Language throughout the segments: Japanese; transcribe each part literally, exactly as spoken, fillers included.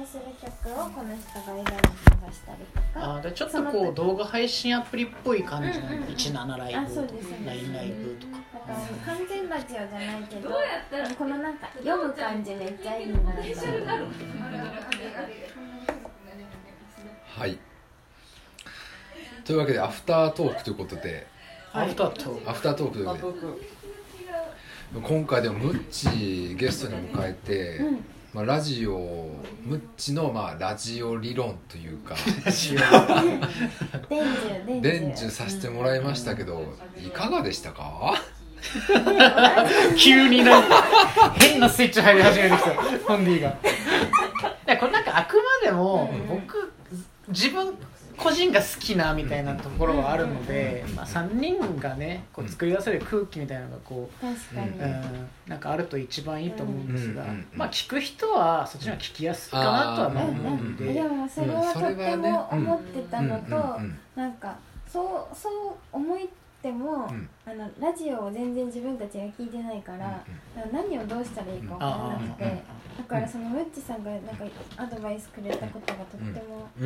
信する曲をこの人が選んで流したりとか、 あでちょっとこう動画配信アプリっぽい感じの、 うんうん、 いちななライブとか ライン ライブとか、 だから完全ラジオじゃないけどこのなんか読む感じめっちゃいいなと思って。 はい、というわけでアフタートークということで、 アフタートークアフタートークということで今回でもムッチゲストに迎えて、うん、まあ、ラジオムッチのまあラジオ理論というか伝授させてもらいましたけど、いかがでしたか？ 急になんか変なスイッチ入り始めてきたホンディが。いやこれなんかあくまでも僕自分個人が好きなみたいなところはあるので、まあ、さんにんがねこう作り出せる空気みたいなのがこう確かに、 うん、なんかあると一番いいと思うんですが、まあ聞く人はそっちの方が聞きやすいかなとは思うんで、 でもそれはとっても思ってたのと、なんかそうそう思っても、うん、あのラジオを全然自分たちが聞いてないから、うん、何をどうしたらいいか分からなくて、うん、だからそのムッチさんがなんかアドバイスくれたことがとっても、うん、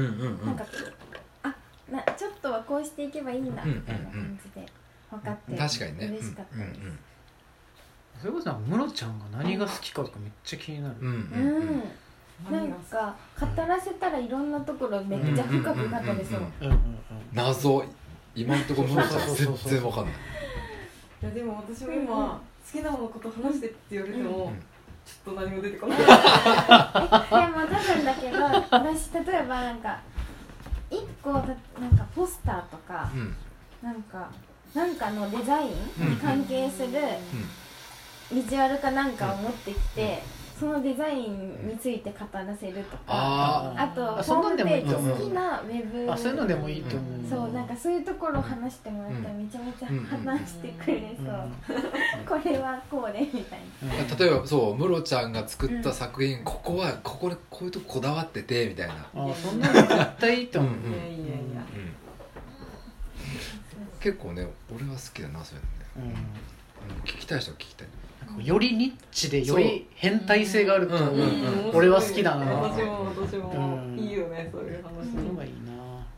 なんかあなちょっとはこうしていけばいいなみたいな感じで分かって嬉しかったです。 それこそムロちゃんが何が好きかとかめっちゃ気になる。 うん、なんか語らせたらいろんなところめっちゃ深く語れそう。 謎今のところムロちゃん全然わかんない。 いやでも私も今好きなこと話してって言われても、うん、ちょっと何も出てこない。 でも多分だけど私例えばなんか一個なんかポスターとか、うん、なんかなんかのデザインに関係するビジュアルかなんかを持ってきて、そのデザインについて語らせるとか、あ, あとホームページ好きなウェブ、 あそういうのでもいいと思う。 そうなんかそういうところを話してもらったらめちゃめちゃ話してくれそう。これはこうでみたいな。例えばそうムロちゃんが作った作品、うん、ここはここでこういうとここだわっててみたいな。 あそんなの絶対いいと思う。 いやいやいや。 結構ね俺は好きだなそういうのね。うん、聞きたい人は聞きたい。 よりニッチでより変態性があると俺は好きだな。 私も私もいいよねそういう話。 そういうのがいいな。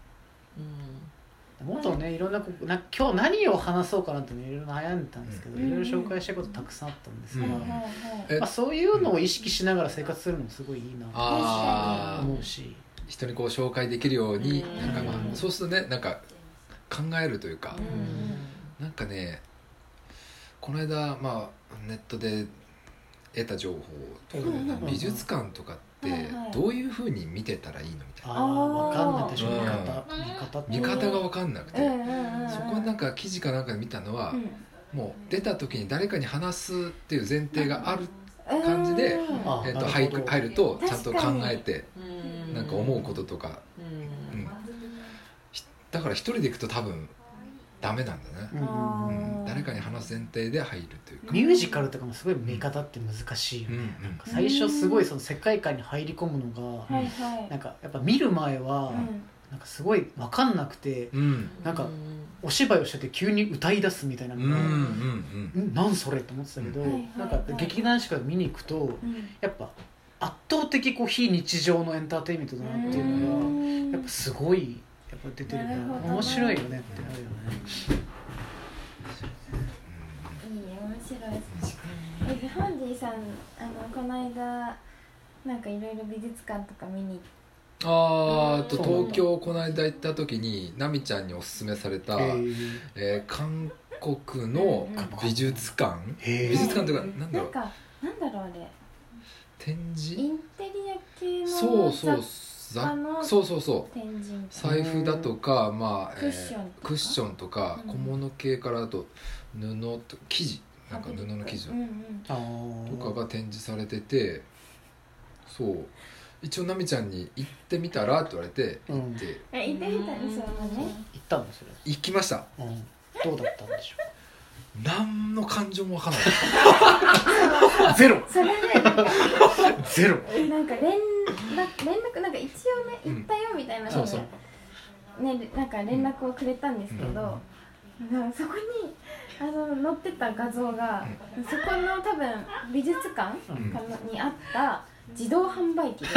もっとねいろんなな今日何を話そうかなっていろいろ悩んでたんですけど、いろいろ紹介したいことたくさんあったんですが、まあそういうのを意識しながら生活するのもすごいいいなと思うし、 人にこう紹介できるようになんかまあそうするとねなんか考えるというか、なんかねこの間まあネットで得た情報とかで美術館とかってどういう風に見てたらいいのみたいな、 あ分かんないでしょ、見方見方が分かんなくて、そこなんか記事かなんかで見たのは、もう出た時に誰かに話すっていう前提がある感じで、えーと入る、入るとちゃんと考えてなんか思うこととか、うん、だから一人で行くと多分ダメなんだね、うんうん、誰かに話す前提で入るというか。 ミュージカルとかもすごい見方って難しいよね、うん、なんか最初すごいその世界観に入り込むのが、うん、なんかやっぱ見る前は、うん、なんかすごい分かんなくて、うん、なんかお芝居をしてて急に歌い出すみたいなのが、うんうんうん、なんそれと思ってたけど、うん、なんか劇団四季見に行くと、うん、やっぱ圧倒的こう非日常のエンターテインメントだなっていうのがやっぱすごいやっぱ出てるから面白いよねってなるよね。 いい面白いです。えハンディさんあのこの間なんかいろいろ美術館とか見に行って。 あと東京この間行った時にナミちゃんにおすすめされた、えーえー、韓国の美術館、えー、美術館というかなんだろう、 なんかなんだろうあれ展示インテリア系のそうそうそうそうそう展示財布だとか、まあクッションとか、 えー、クッションとか小物系からあと布と生地なんか布の生地、うんうん、とかが展示されてて、そう一応ナミちゃんに行ってみたらって言われて行って、うん、 え行ってみたんですよね。 行ったんですよ。 行きました、 うん、どうだったんでしょう。 何の感情もわからないゼロそれでなんかゼロなんか連絡連絡なんか一応ね行ったよみたいなので、うん、ねなんか連絡をくれたんですけど、うん、そこにあの載ってた画像が、うん、そこの多分美術館かのにあった自動販売機でで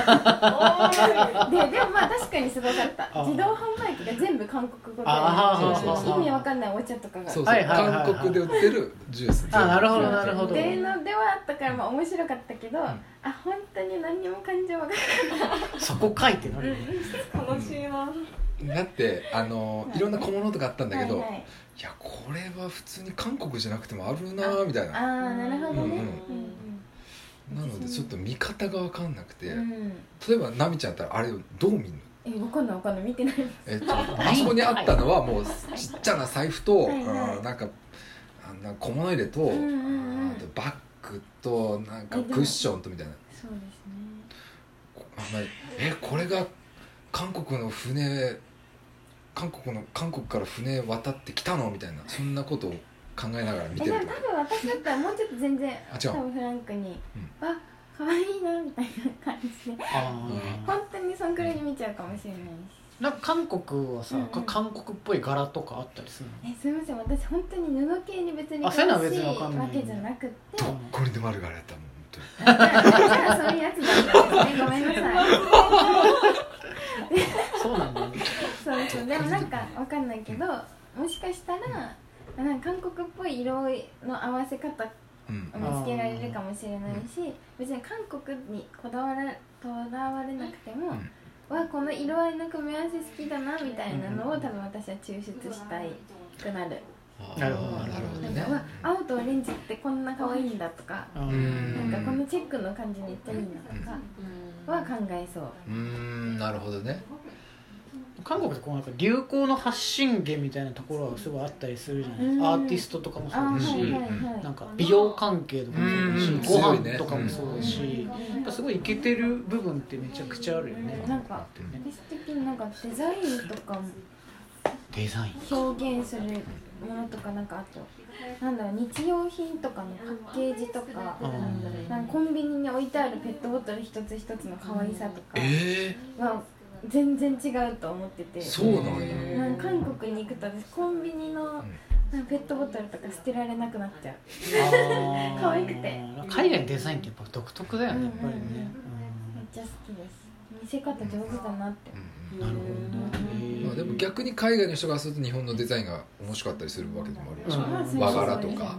でもまあ確かにすごかった。自動販売機が全部韓国語で意味わかんないお茶とかがそうそう、はいはいはいはい、韓国で売ってるジュースあなるほどなるほどっていうのではあったからまあ面白かったけど、うん、あ本当に何にも感情わかんないそこ書いてなる悲しいな。 だってあのいろんな小物とかあったんだけど、はいはい、いやこれは普通に韓国じゃなくてもあるなみたいな。 ああなるほどね、うんうん、 なのでちょっと見方が分かんなくて、うん、例えばナミちゃんだったらあれをどう見るの？ え分かんない分かんない見てないです。 えっとあそこにあったのはもうちっちゃな財布と、はいはい、なんかあ小物入れと、うんうんうん、あとバッグとなんかクッションとみたいな。 そうですね。えこれが韓国の船韓国の韓国から船渡ってきたのみたいなそんなことを考えながら見てる。 多分私だったらもうちょっと全然多分フランクに、うん、あ可愛いなみたいな感じで本当にそんくらいに見ちゃうかもしれないし。 なんか韓国はさ、うんうん、韓国っぽい柄とかあったりするの？ えすみません私本当に布系に別に詳しいわけじゃなくてこれで丸柄やったもんじゃあそういうやつだったんですねごめんなさいそうなんだ、ね、 そうそうでもなんかわかんないけどもしかしたらなんか韓国っぽい色の合わせ方を見つけられるかもしれないし、うん、別に韓国にこだわらとらわれなくても、うん、わこの色合いの組み合わせ好きだなみたいなのを多分私は抽出したいくなる。 なるほどなるほどね。 青とオレンジってこんな可愛いんだとか、なんかこのチェックの感じめっちゃいいなとかは考えそう。 うーんなるほどね。 韓国ってこうなんか流行の発信源みたいなところがすごいあったりするじゃないですか。アーティストとかもそうだし、はいはいはい、なんか美容関係とかもそうだし、ご飯とかもそうだし、やっぱすごいイケてる部分ってめちゃくちゃあるよね。 なんか私的になんかデザインとかもデザイン表現するものとかなんかあとなんだろう日用品とかのパッケージとか、なんかコンビニに置いてあるペットボトル一つ一つの可愛さとかは全然違うと思ってて。 そうなんや。 なんか韓国に行くと私コンビニのペットボトルとか捨てられなくなっちゃう。可愛くて。 海外のデザインってやっぱ独特だよね、やっぱりね。めっちゃ好きです。見せ方上手だなって。 なるほどね。 まあでも逆に海外の人がすると日本のデザインが面白かったりするわけでもあるし、和柄とか。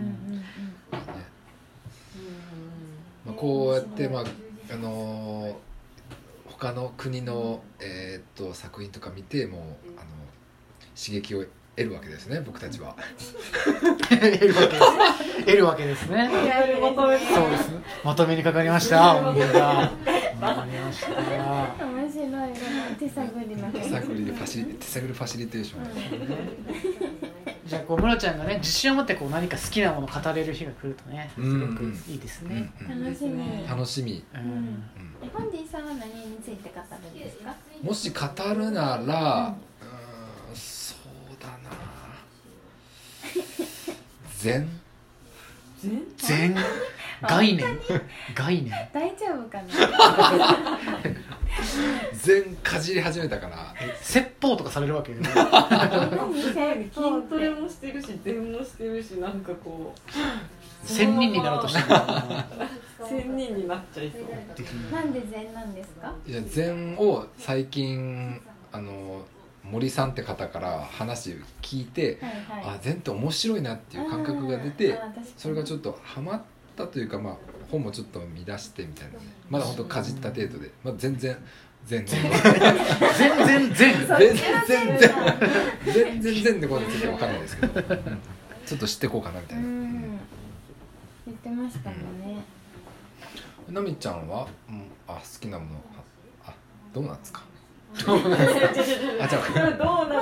こうやってまああのー、他の国の、えー、っと作品とか見てもうあの刺激を得るわけですね僕たちは。 得るわけです。得るわけですね。そうです。まとめにかかりました。本当だ。わかりました。 面白い手探りな手探りでファシリ手探りファシリテーション。 じゃあこうムロちゃんがね自信を持ってこう何か好きなものを語れる日が来るとねすごくいいですね。 楽しみ。 楽しみ。 ホンディさんは何について語るんですか？ もし語るなら、うん、そうだな。禅。 禅概念概念大丈夫かな。 禅かじり始めたから説法とかされるわけよね。 筋トレもしてるし禅もしてるしなんかこう仙人になろうとしてる。 仙人になっちゃいそう。 なんで禅なんですか？ いや禅を最近あの森さんって方から話を聞いて、はいはい、あ禅って面白いなっていう感覚が出てそれがちょっとハマったというか、まあ、本もちょっと見出してみたいな、ね、まだ本当かじった程度で、まあ、全然全然全然全然全然全然全然これについて分かんないですけど、うん、ちょっと知っていこうかなみたいな、うん、 言ってましたもんね。 なみちゃんは、うん、あ好きなものあドーナツかドーナツあ、じゃあドーナツの中で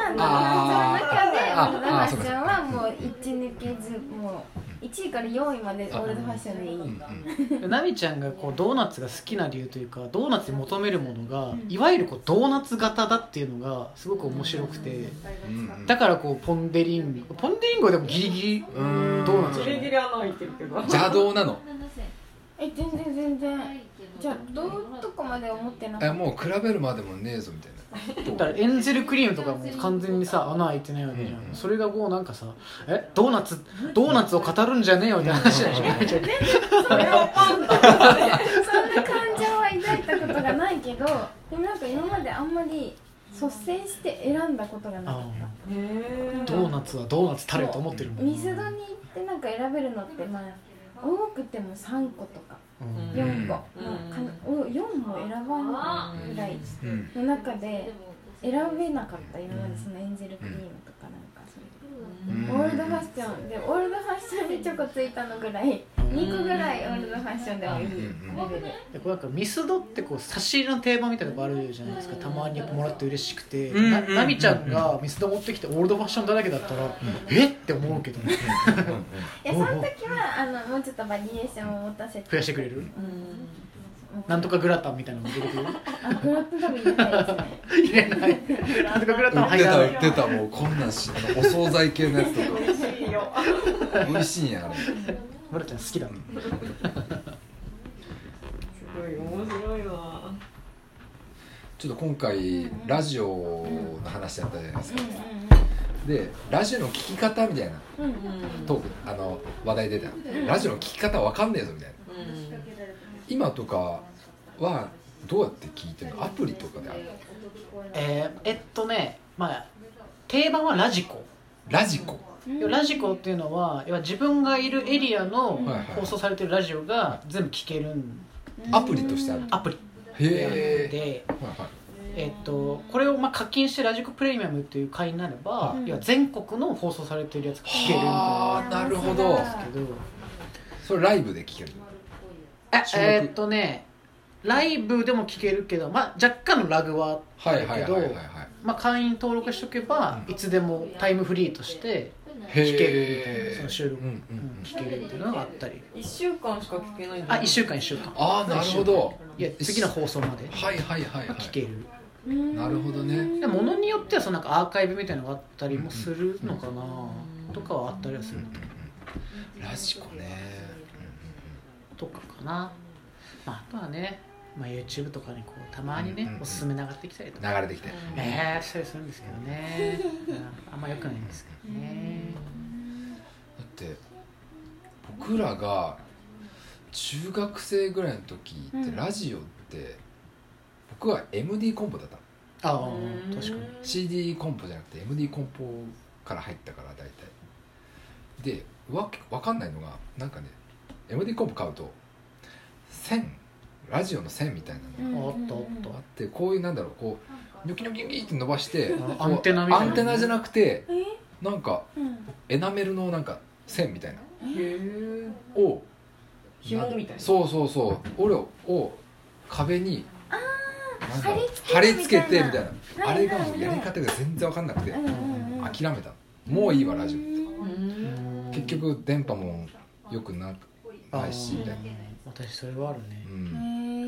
ナナちゃんはもう一抜けずもういちいからよんいまでオールドファッションでいい、 うんうん、ナミちゃんがこうドーナツが好きな理由というかドーナツに求めるものが、うん、いわゆるこうドーナツ型だっていうのがすごく面白くて、うん、だからこうポンデリングポンデリングはでもギリギリドーナツギリギリ穴開いてるけど邪道なのえ全然全然じゃあどうとこまで思ってなかった。 もう比べるまでもねえぞみたいな。 だからエンゼルクリームとかも完全にさ穴開いてないわけじゃん、うん、それがこうなんかさえドーナツドーナツを語るんじゃねえよって話だし、うん、 それはパンダそんな感情は抱いたことがないけど、でもなんか今まであんまり率先して選んだことがなかった。 へドーナツはドーナツたれと思ってるもん。 ミスドに行ってなんか選べるのってまあ多くてもさんことか、うん、よんこ、うんまあ、よんも選ばないぐらいの中で選べなかった。今までそのエンゼルクリームとかなんかそういうオールドファッションでオールドファッションでチョコついたのぐらいにこぐらいオールドファッションでもいいレベル。 これなんかミスドってこう差し入れの定番みたいなとこあるじゃないですか。たまにもらって嬉しくて、ななみちゃんがミスド持ってきてオールドファッションだらけだったらえって思うけどね。 いやその時はあのもうちょっとバリエーションを持たせて増やしてくれる。なんとかグラタンみたいなのも出てくる。 あ、グラタン多分入れないですね。 入れない。なんとかグラタン入らない。 売ってたもうこんなんしお惣菜系のやつとか。美味しいよ。美味しいんやあれ。 まるちゃん好きだね。 すごい面白いわ。 ちょっと今回ラジオの話だったじゃないですか。でラジオの聞き方みたいなトークあの話題出た。ラジオの聞き方わかんねえぞみたいな。今とかはどうやって聞いてるの？アプリとかである？ えー、えっとね、まあ定番はラジコ。 ラジコ。 ラジコっていうのは、要は自分がいるエリアの放送されてるラジオが全部聞けるん。 アプリとしてある。 アプリ。 へで、はいはい、えっとこれをまあ課金してラジコプレミアムっていう会になれば、うん、要は全国の放送されてるやつが聞けるみたいな。 ああ、なるほど。それライブで聞ける。 えー、っとねライブでも聞けるけど、まあ、若干のラグはあるけど会員登録しとけば、うん、いつでもタイムフリーとして聞けるみたいな、その収録、うんうん、聞けるっていうのがあったり。 いっしゅうかんしか聞けないんだ。 あ、いっしゅうかんいっしゅうかん。 ああ、なるほど。 いや次の放送まではいはいはい、はい、 聞ける。 なるほどね。 でものによってはそのなんかアーカイブみたいなのがあったりもするのかな、うん、とかはあったりはする、うんうん、ラジコね、 うん、とかかな。まあ、あとはね、まあ、YouTube とかにこうたまにね、うんうんうん、おすすめ流れてきたりとか流れてきてえーしたりするんですけどねあんま良くないんですけどね。 だって僕らが中学生ぐらいの時って、うん、ラジオって僕は エムディー コンポだった。 ああ確かにシーディー コンポじゃなくて エムディー コンポから入ったから大体でわ分かんないのがなんかね エムディー コンポ買うと線ラジオの線みたいなのがあってこういうなんだろうこうニョキニョキニョキって伸ばしてアンテナみたいなアンテナじゃなくてなんかエナメルのなんか線みたいなを紐みたいなそうそうそう俺を壁に貼り付けてみたいなあれがもうやり方が全然分かんなくて諦めた。もういいわラジオって結局電波も良くないしみたいな。 私それはあるね、うん、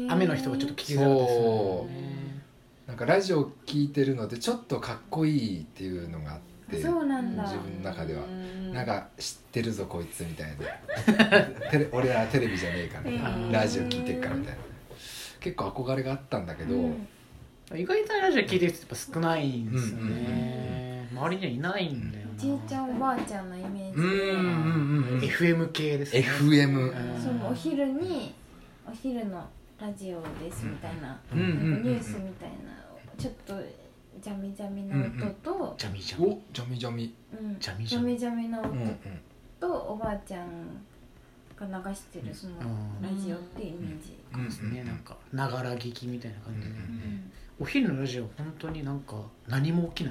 雨の人がちょっと聞きづらいですよね。 なんかラジオ聞いてるのでちょっとかっこいいっていうのがあってそうなんだ自分の中ではなんか知ってるぞこいつみたいなテレ俺らテレビじゃねえから、ね、ラジオ聞いてるからみたいな結構憧れがあったんだけど、うん、 意外とラジオ聞いてる人やっぱ少ないんですよね、うんうんうん、周りにはいないんだよな。 じいちゃんおばあちゃんのイメージで、 うんうんうん、エフエム 系ですね。 エフエムそうお昼にお昼のラジオですみたいな、うんうん、ニュースみたいなちょっとジャミジャミな音と、うんうん、 ジャミジャミおジャミジャミ、 うん、ジャミジャミジャミな音とおばあちゃんが流してるそのラジオっていうイメージですね。なんかながら聞きみたいな感じで、うんうん、お昼のラジオ本当になんか何も起きない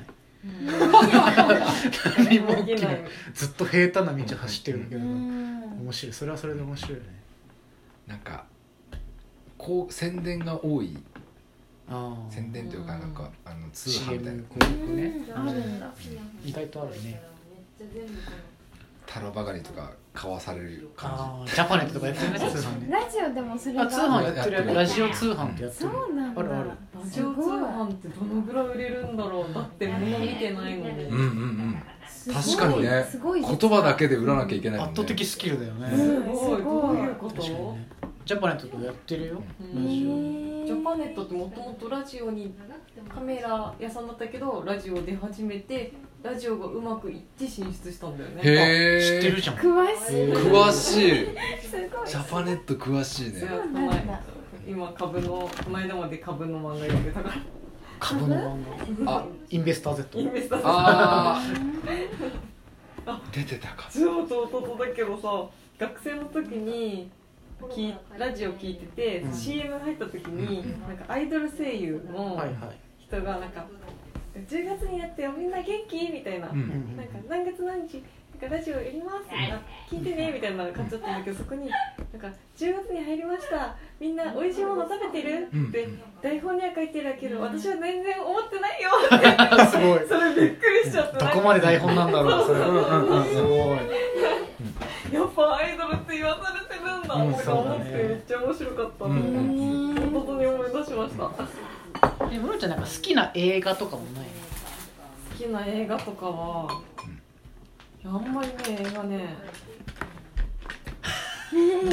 何も起きないずっと平坦な道走ってるんだけど面白い。それはそれで面白いよね。 なんかこう宣伝が多いあ宣伝というかなんかあの通販みたいなシーエム 広告ねあるんだ。 意外とあるね。 タラバガニとか買わされる感じ。ジャパネットとかやってるね通販で。 ラジオでもそれがあ通販やってるラジオ通販ってやってる。 そうなんだ。 あるある。 ラジオ通販ってどのぐらい売れるんだろう。だって物見てないのに。 うんうんうん確かにね言葉だけで売らなきゃいけないもんね。 圧倒的スキルだよね。 すごいどういうこと？ ジャパネットとかやってるよ。 ラジオ。ジャパネットってもともとラジオにカメラ屋さんだったけどラジオ出始めてラジオがうまくいって進出したんだよね。 へー、知ってるじゃん。 詳しい詳しいすごい。 ジャパネット詳しいね。 今株のこの間まで株の漫画読んでたから。 株の漫画。あ、インベスター Z。 インベスター Z。 ああ出てたか。 そうと弟だけどさ、学生の時にきラジオ聞いてて、うん、シーエム 入った時に、うん、なんかアイドル声優の人がなんかじゅうがつにやってよみんな元気みたいな、うん、なんか何月何日なんかラジオやります聞いてねみたいな感じだったんだけど、そこになんかじゅうがつに入りましたみんな美味しいもの食べてる、うん、って台本には書いてるけど私は全然思ってないよってすごいそれびっくりしちゃった。 どこまで台本なんだろうそれ。すごい。 やっぱアイドルって言わされてるんだ、うん、と思ってめっちゃ面白かったので、うん、本当に思い出しました。 え、ムロちゃんなんか好きな映画とかもない？ 好きな映画とかは、うん、あんまりね映画ね、 うん、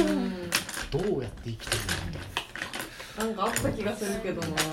どうやって生きてるの？なんかあった気がするけどな。ど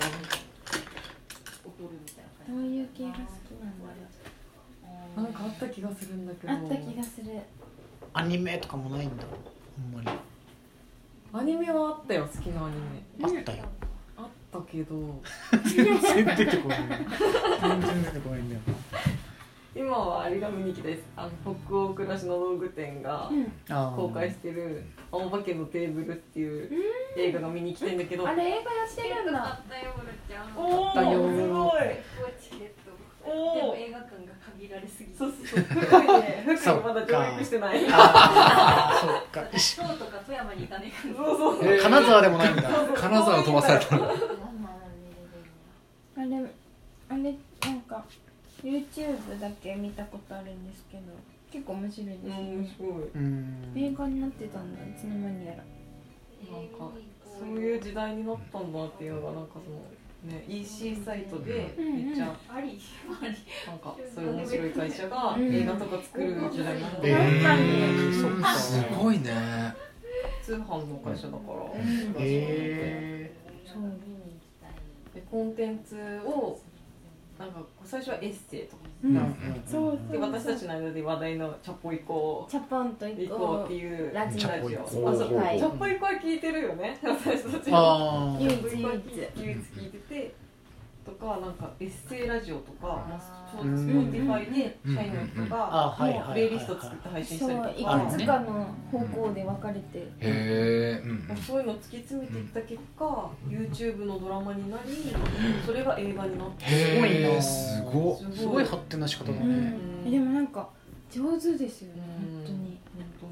ういう系が好きなんだろう。なんかあった気がするんだけど。 あった気がする。 アニメとかもないんだ。ほんまに。 アニメはあったよ、好きなアニメ。あったよ。 あったけど。 全然出てこない。全然出てこないんだよ。 今はあれが見に行きたいです。あの北欧暮らしの道具店が公開してる「青化けのテーブル」っていう映画が見に行きたいんだけど、 あれ映画やってるんだ。 買ったよブルちゃん。 おー、すごい。 チケット。でも映画館が限られすぎて。 そうそうそう。福井ね、福井まだ上映してない。 ああ、そっか。 京都か富山に行かねえか。 そうそう。 金沢でもないんだ。 金沢飛ばされたの。 あれあれなんか。YouTube だけ見たことあるんですけど結構面白いですね。 うん、すごい。 映画になってたんだ、いつの間にやら。 なんかそういう時代になったんだっていうのがなんかそのね イーシー サイトでめっちゃありなんかそういう面白い会社が映画とか作る時代になったんだ。えー、そっかすごいね。 通販の会社だから。 えー、そうでコンテンツをなんか最初はエッセイとか、 うん、そうで私たちの間で話題のチャポイコチャポンと行こうっていうラジオ。 あ、そう、チャポイコは聞いてるよね。私たちあ唯一唯一唯一聞いててとかなんかエッセイラジオとか、スポーティファイで社員の人がもうプレイリスト作って配信したりとか、 いくつかの方向で分かれて、 へえ、 そういうのを突き詰めていった結果、YouTube のドラマになり、それが映画になって、 すごいな、 すごい、 すごい発展な仕方だね。 でもなんか上手ですよね、本当に。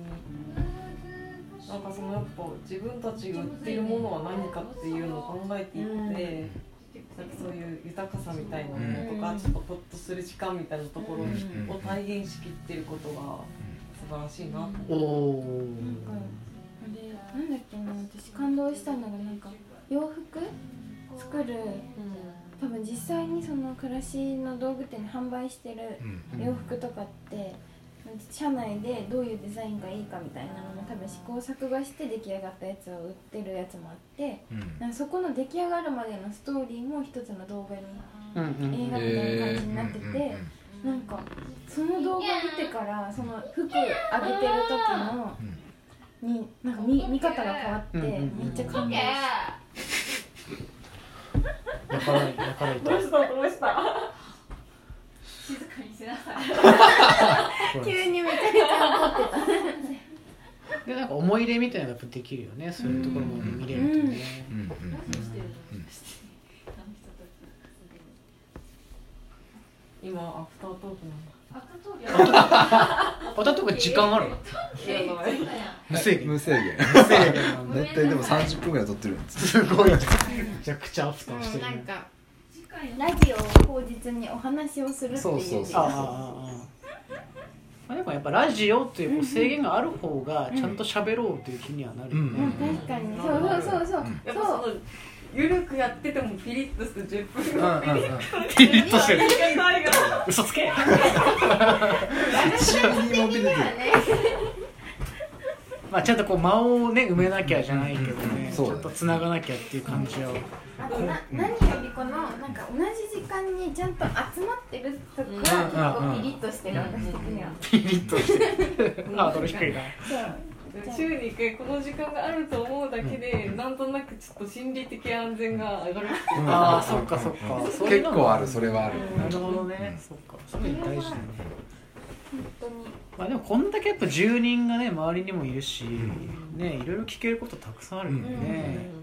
なんかそのやっぱ自分たちが売ってるものは何かっていうのを考えていって。なんかそういう豊かさみたいなものとか、うん、ちょっとホッとする時間みたいなところを体現しきってることが素晴らしいなと思って。 なんかあれなんだっけな、私感動したのがなんか洋服作る、うん、多分実際にその暮らしの道具店に販売してる洋服とかって、社内でどういうデザインがいいかみたいなのも多分試行錯誤して出来上がったやつを売ってるやつもあって、うん、なんかそこの出来上がるまでのストーリーも一つの動画に、うんうん、映画みたいな感じになってて、えー、なんかその動画見てからその服上げてる時のになんか 見, 見方が変わってめっちゃ感動した。 やからやからいた。 どうしたどうした。 静かにしなさい。急にめちゃめちゃ怒ってた。でなんか思い入れみたいなのができるよね。そういうところまで見れるとね。 今アフタートークなんだ。 アフタートーク。 アフタートーク時間あるの？無制限。 無制限。 無制限。 だいたいでもさんじゅっぷんぐらい撮ってるんです。 すごい。めちゃくちゃアフターしてる。 なんかラジオを口実にお話をするっていう。 そうそうそう。ああ。でもやっぱラジオっていう制限がある方がちゃんと喋ろうという気にはなるよね。 うん、確かに。そうそうそうそう。 やっぱそのゆるくやっててもピリッとしてじゅっぷんがピリッとしてる。嘘つけ。まあちゃんとこう間をね埋めなきゃじゃないけどね、ちょっと繋がなきゃっていう感じを。 あとな何呼び込このなんか同じ時間にちゃんと集まってるとこは結構ピリッとしてる、私的にはピリッとしてるハードル低いな。 そう週にいっかいこの時間があると思うだけで、うん、なんとなくちょっと心理的安全が上がるっていう、 うん、ああそっかそっか、 うん、結構ある、それはある、 うん、なるほどね、うん、そっか、それ大事だね本当に。 まあでもこんだけやっぱ住人がね周りにもいるし、うん、ねいろいろ聞けることたくさんあるもんね、うん、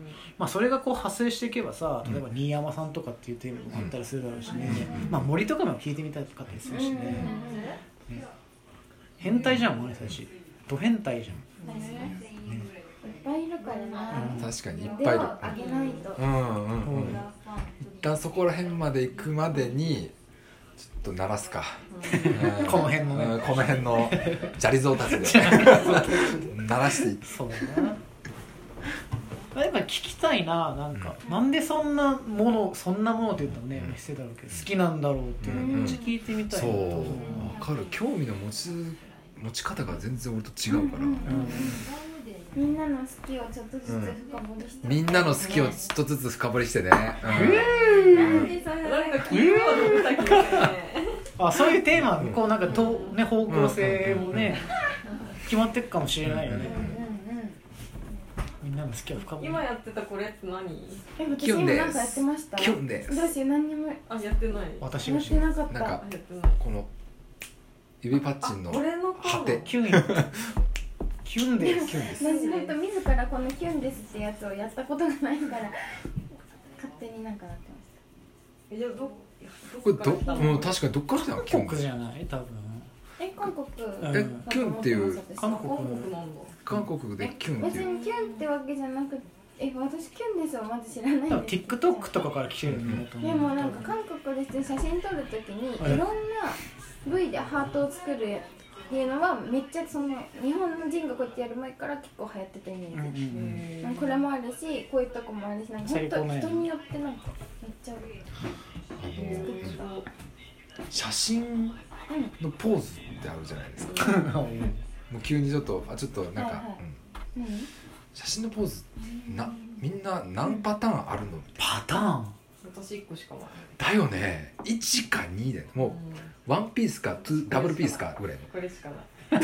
まあそれがこう派生していけばさ、例えば新山さんとかっていうテーマもあったりするだろうしね、うん、まあ森とかも聞いてみたかったりするしね、うん、ね変態じゃんもね最初ド変態じゃん、 ね、いっぱいいるからな、 うん、確かにいっぱいいる。 あげないと、 うんうんうん、一旦そこら辺まで行くまでにちょっと鳴らすか、 うん、この辺のね、 うん、この辺の砂利像たちで鳴らしていく。 そうだな。やっぱ聞きたいな、なんか、うん、なんでそんなものそんなものって言ったらね、してたろうけど好きなんだろうっていうのめっちゃ聞いてみたいな、うん、そう分かる。興味の持ち持ち方が全然俺と違うから、うんうんうん、 みんなの好きをちょっとずつ深掘りして、 うん、みんなの好きをちょっとずつ深掘りしてね、 うん、なんでそれなんかキーワードだけねあ、そういうテーマ、こうなんかと、ね、方向性もね、決まっていくかもしれないよね、うんうんうん、みんなの好きを深掘り。 今やってたこれって何？ え、私今なんかやってました。 キュンです。 私何にもあ、やってない。 私やってなかった。 なんかこの指パッチンの果てキュンキュンです。キュンです。 私本当自らこのキュンですってやつをやったことがないから勝手になんかなってました。 いやどこれどうん確かにどっから来たの？ 韓国じゃない多分。 え韓国。 えキュンっていう韓国韓国でキュンっていう。 別にキュンってわけじゃなくて。え、私キュンですをまず知らないんです。多分 TikTok とかから来てるんだと思う。 でもなんか韓国で写真撮るときにいろんな部位でハートを作るっていうのはめっちゃその日本人がこうやってやる前から結構流行ってたイメージ、うんうん、これもあるしこういうとこもあるしなんか本当人によってなんかめっちゃ作ってた。 写真のポーズってあるじゃないですか、うん、もう急にちょっとあちょっとなんか、はいはいうん、写真のポーズなみんな何パターンあるの？ パターン私いっこしかないだよね。いちかにでもう、うん、ワンピースかダブルピースかぐらいのこれしか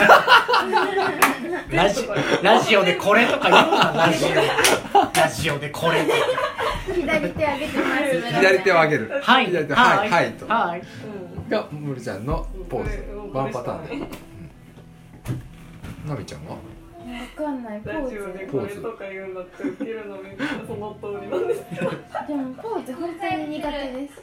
ないラジ, ラジオでこれとか言うなラジオラジオでこれ左手上げてます左手を上げるはい左手はいはいとはい、 うん、がむるちゃんのポーズワンパターンで、うん、なみちゃんはわかんない。ポーズラジオでこれとか言うんだって受けるのめっちゃその通りなんですけどでもポーズ本当に苦手です。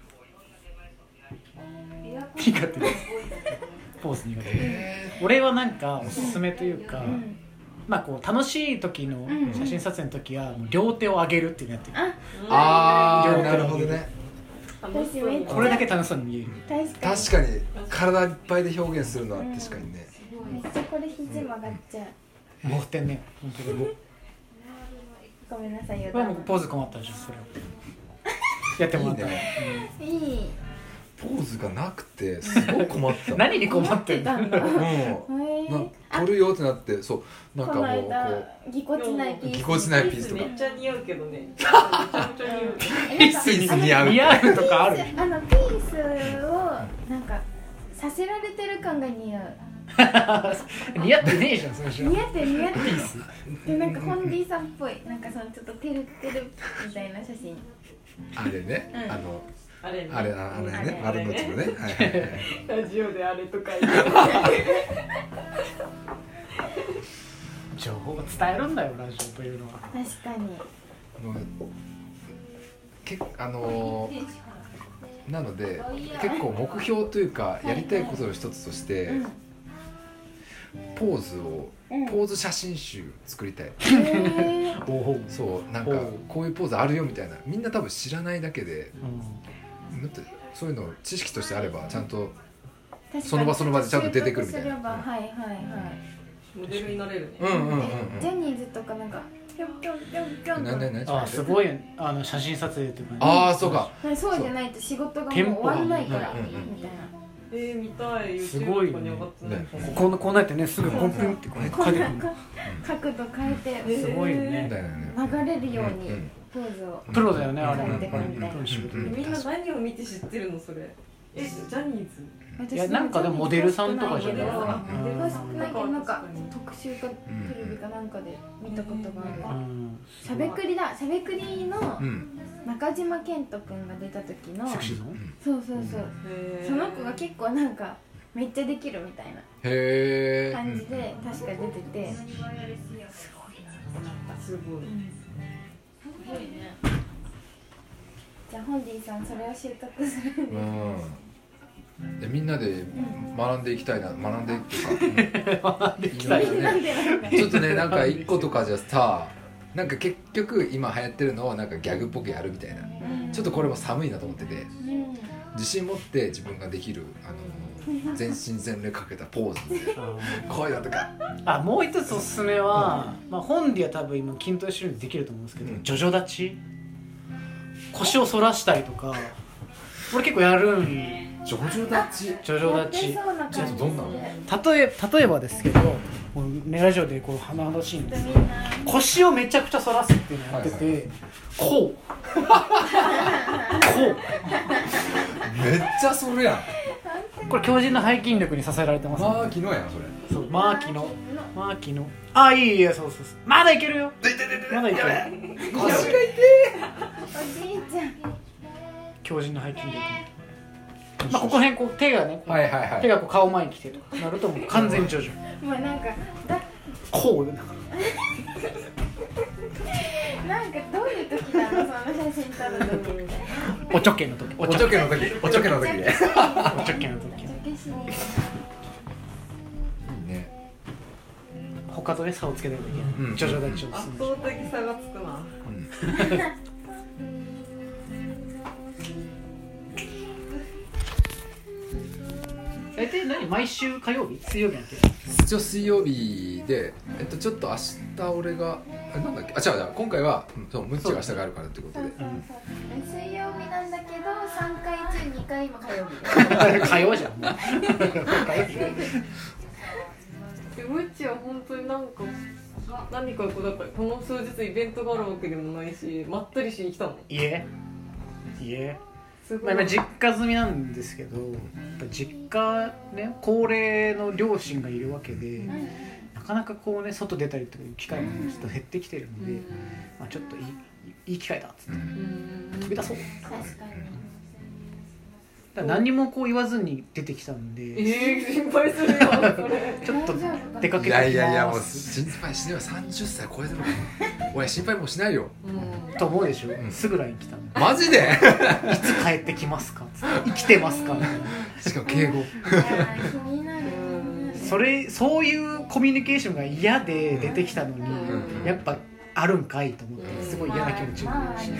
苦手ですポーズ苦手です。俺はなんかおすすめというか、うん、まあこう楽しい時の写真撮影の時はもう両手を上げるっていうのやってる。 ああなるほどね。 これだけ楽しそうに見える。 確かに確かに体いっぱいで表現するのは確かにね、 うん、めっちゃこれ肘曲がっちゃう。 持ってんね本当にごめんなさいよ。 ポーズ困ったでしょそれやってもらったらいいね、うん、いいポーズがなくてすごい困った何に困ってんの？ んだうん撮るよってなってそうなんかもうこうぎこちないピースぎこちないピースとかめっちゃ似合うけどねめちゃめちゃ似合うピースに似合う似合うとかある。 あのピースをなんかさせられてる感が似合う似合ってねえじゃんそれじゃ似合ってる似合ってるでなんかホンディさんっぽいなんかそのちょっとてるてるみたいな写真あれね、うん、あのあれねあれあれね丸の内のねはいはいはいラジオであれとか言って情報を伝えるんだよラジオというのは。 確かにけあのー、なので結構目標というかやりたいことの一つとして、うん、ポーズをポーズ写真集作りたい、 えー、そうなんかこういうポーズあるよみたいなみんな多分知らないだけで、うん、だってそういうの知識としてあればちゃんとその場その場でちゃんと出てくるみたいな、 はいはいはい、 モデルになれるね。 うんうんうんうん、 ジャニーズとかなんかぴょんぴょんぴょんぴょんなんなんなんあすごいあの写真撮影とか、ね、 ああそうかそうじゃないと仕事がもう終わらないからみたいな。 えー、見たい。 すごいね。こんなこうなってねすぐポンピンってこうやって角度変えてすごいよね。 流れるようにポーズをプロだよねあれやってくみたいな。 みんな何を見て知ってるのそれ？え、ジャニーズ？ いやなんかでもモデルさんとかじゃないかな。 詳しくないけどなんか特集かテレビかなんかで見たことがある。しゃべくりだ、しゃべくりの中島健人くんが出た時の、そうそうそう、その子が結構なんかめっちゃできるみたいな感じで確か出てて、すごいな、 すごい。 じゃあホンディさんそれを習得するんです。 でみんなで学んでいきたいな、学んでいくとか、 学んでいきたいね。ちょっとねなんか一個とかじゃさ、なんか結局今流行ってるのをなんかギャグっぽくやるみたいな、うん、ちょっとこれも寒いなと思ってて、うん、自信持って自分ができるあの全身全霊かけたポーズみたいなこういうのとか。 あ、もう一つおすすめは、うん、まあホンディは多分今筋トレしてるんでできると思うんですけど、うん、ジョジョ立ち、腰を反らしたりとか、俺結構やるん。 ジョジョ立ち、 ジョジョ立ち。 ちょっとどんなの？ 例え例えばですけど、ねラジオでこう華々しいんですけど、腰をめちゃくちゃ反らすっていうのをやってて、はいはい、こうこうめっちゃそれやん。 これ強靭な背筋力に支えられてます、ね。 マーキのやんそれ。 そう、マーキのマーキの。あ、いいいい、そうそうそう。まだいけるよ。まだいける。 腰が痛い。 おじいちゃん。 強靭な背筋力。まあ、ここら辺こう手がね、 はいはいはい、 手がこう顔前に来てとかなるともう完全にジョジョ。 もうなんかだこうだなんかどういう時だろう、その写真撮る時みたいな。 おちょけの時、 おちょけの時、おちょけの時で。 おちょけの時。いいね。 他とね差をつけないといけない。ジョジョ立ちを。 圧倒的差がつくな。うん大体何毎週火曜日水曜日なんて一応水曜日で、えっと、ちょっと明日俺があなんだっけあ違う違う今回はそうムッチが明日があるからってことで、そうそうそう、水曜日なんだけどさんかい中にかい今火曜日火曜じゃんもうムッチは本当になんか何かこうだからこの数日イベントがあるわけでもないしまったりしに来たの。 いえいえまあ、今実家住みなんですけど、やっぱ実家ね高齢の両親がいるわけで、うん、なかなかこうね外出たりという機会もちょっと減ってきてるので、うん、まあ、ちょっといいいい機会だっつって、うん、飛び出そう。確かに。だから何もこう言わずに出てきたんで、 えー、心配するよちょっと出かけてきます。いやいやいやもう心配しねえよ、さんじゅっさい超えてるから俺心配もしないよ、 うん、と思うでしょ、うん、すぐライン来たの。 マジでいつ帰ってきますか生きてますかしかも敬語気になる。 それそういうコミュニケーションが嫌で出てきたのに、うん、やっぱあるんかいと思ってすごい嫌な気持ちになるし、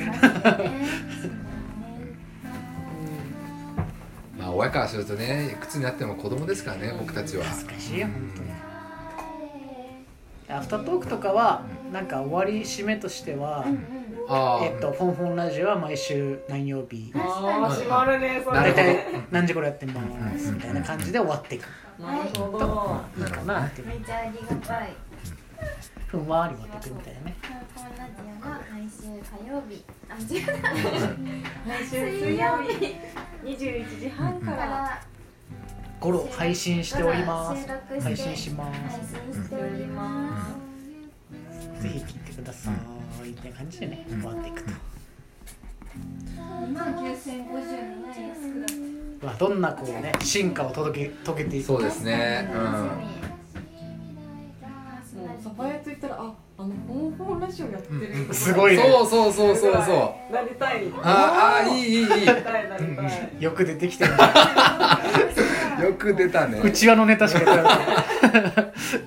まあ親からするとねいくつになっても子供ですからね僕たちは。 恥ずかしいよ本当に。アフタートークとかはなんか終わり締めとしては、うん、えっとフォンフォンラジオは毎週何曜日、 あ閉まるねそれ。 大体何時頃やってますみたいな感じで終わっていく。 なるほど。 いいかなって。 めっちゃありがたい。 ふんわり終わっていくみたいなね。 フォンフォンラジオは毎週火曜日、あ違う毎週水曜日にじゅういちじはんから頃配信しております。配信します。 配信しております。 ぜひ聞いてくださいって感じでね、終わっていくと。 にまんきゅうせんごじゅうななえん安くなって。 まあどんなこうね進化を届け遂げていく。 そうですね。うん。もうサバエと言ったらああのフォンフォンラジオやってる、うん、 すごいね。 そうそうそうそうそう。 なりたい。 ああいいいいいい。なりたいなりたい。 よく出てきてる。 よく出たね。 うちわのネタしかやってない。 でも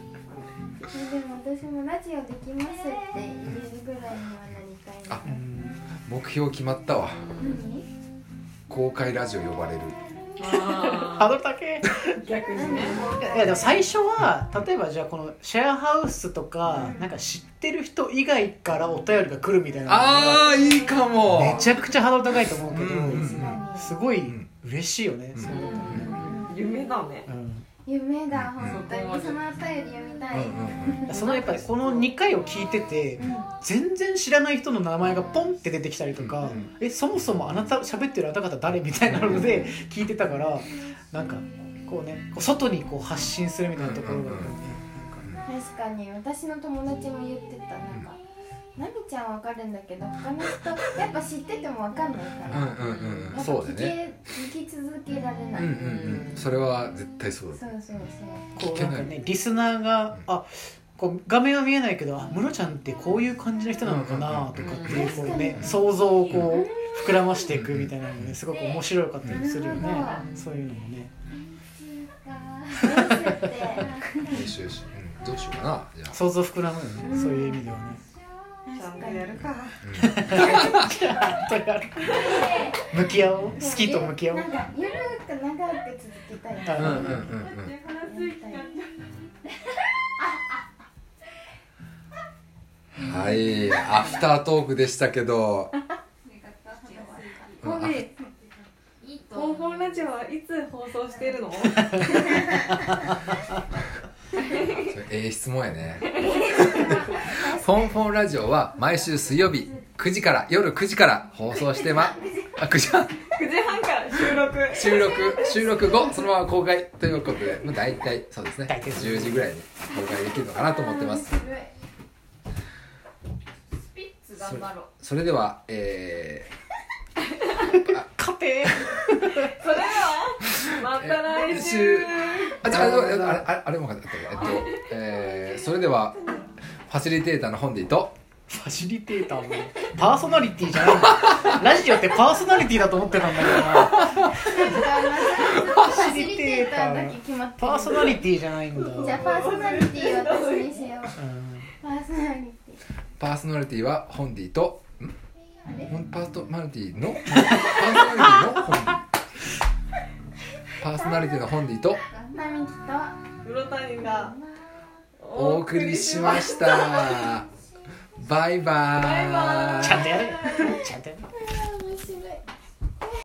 私もラジオできますって言えるぐらいにはなりたいな。 あ、目標決まったわ。 何？ 公開ラジオ呼ばれる。 ハードル高い。 逆にね。 いやでも最初は例えばじゃあこのシェアハウスとか、うん、なんか知ってる人以外からお便りが来るみたいな。 ああいいかも。 めちゃくちゃハードル高いと思うけど、 うんうん、 すごい嬉しいよね。うん、そういうのね。 夢だね。 うん、 夢だ、本当にそのお便り読みたい、うんうん、 そのやっぱりこのにかいを聞いてて、うん、全然知らない人の名前がポンって出てきたりとか、うん、えそもそもあなた喋ってるあなた方誰みたいなので聞いてたからなんかこうね外にこう発信するみたいなところが、ね、 確かに私の友達も言ってたなんかなみちゃんはわかるんだけど他の人やっぱ知っててもわかんないからうんうん、うん、そうだね聞き続けられない、うんうんうん、それは絶対そうだそうそうそうこうなんかねリスナーが、うん、あこう画面は見えないけどあムロちゃんってこういう感じの人なのかなとかっていうこうね想像をこう膨らましていくみたいなのねすごく面白かったりするよねそういうのもね練習し、うん、どうしようかなじゃあ想像膨らむよね、うん、そういう意味ではねちゃんとやるか、 うん、ちゃんとやる向き合おう好きと向き合おうなんかゆるく長く続けたいうんうんうんうんはいアフタートークでしたけどホンホンラジオはいつ放送しているのええ質問やねフォンフォンラジオは毎週水曜日くじから夜くじから放送してまあくじはんくじはんから収録収録収録後そのまま公開ということで、まあ、大体そうですねじゅうじぐらいに公開できるのかなと思ってます。 スピッツ頑張ろう。 それではえー家庭それではまた来週あじゃああれあれあれもかったえっと、えー、それではファシリテーターのホンディとファシリテーターもパーソナリティじゃないんだラジオってパーソナリティだと思ってたんだけどなファシリテーターだけ決まってパーソナリティじゃないんだじゃあパーソナリティ私にしよう、うん、パーソナリティパーソナリティはホンディとんパーソナリティのパーソナリティのホンディパーソナリティのホンディとナミキとムロタニがお送りしましたバイバーイちゃんとやれちゃんとやれ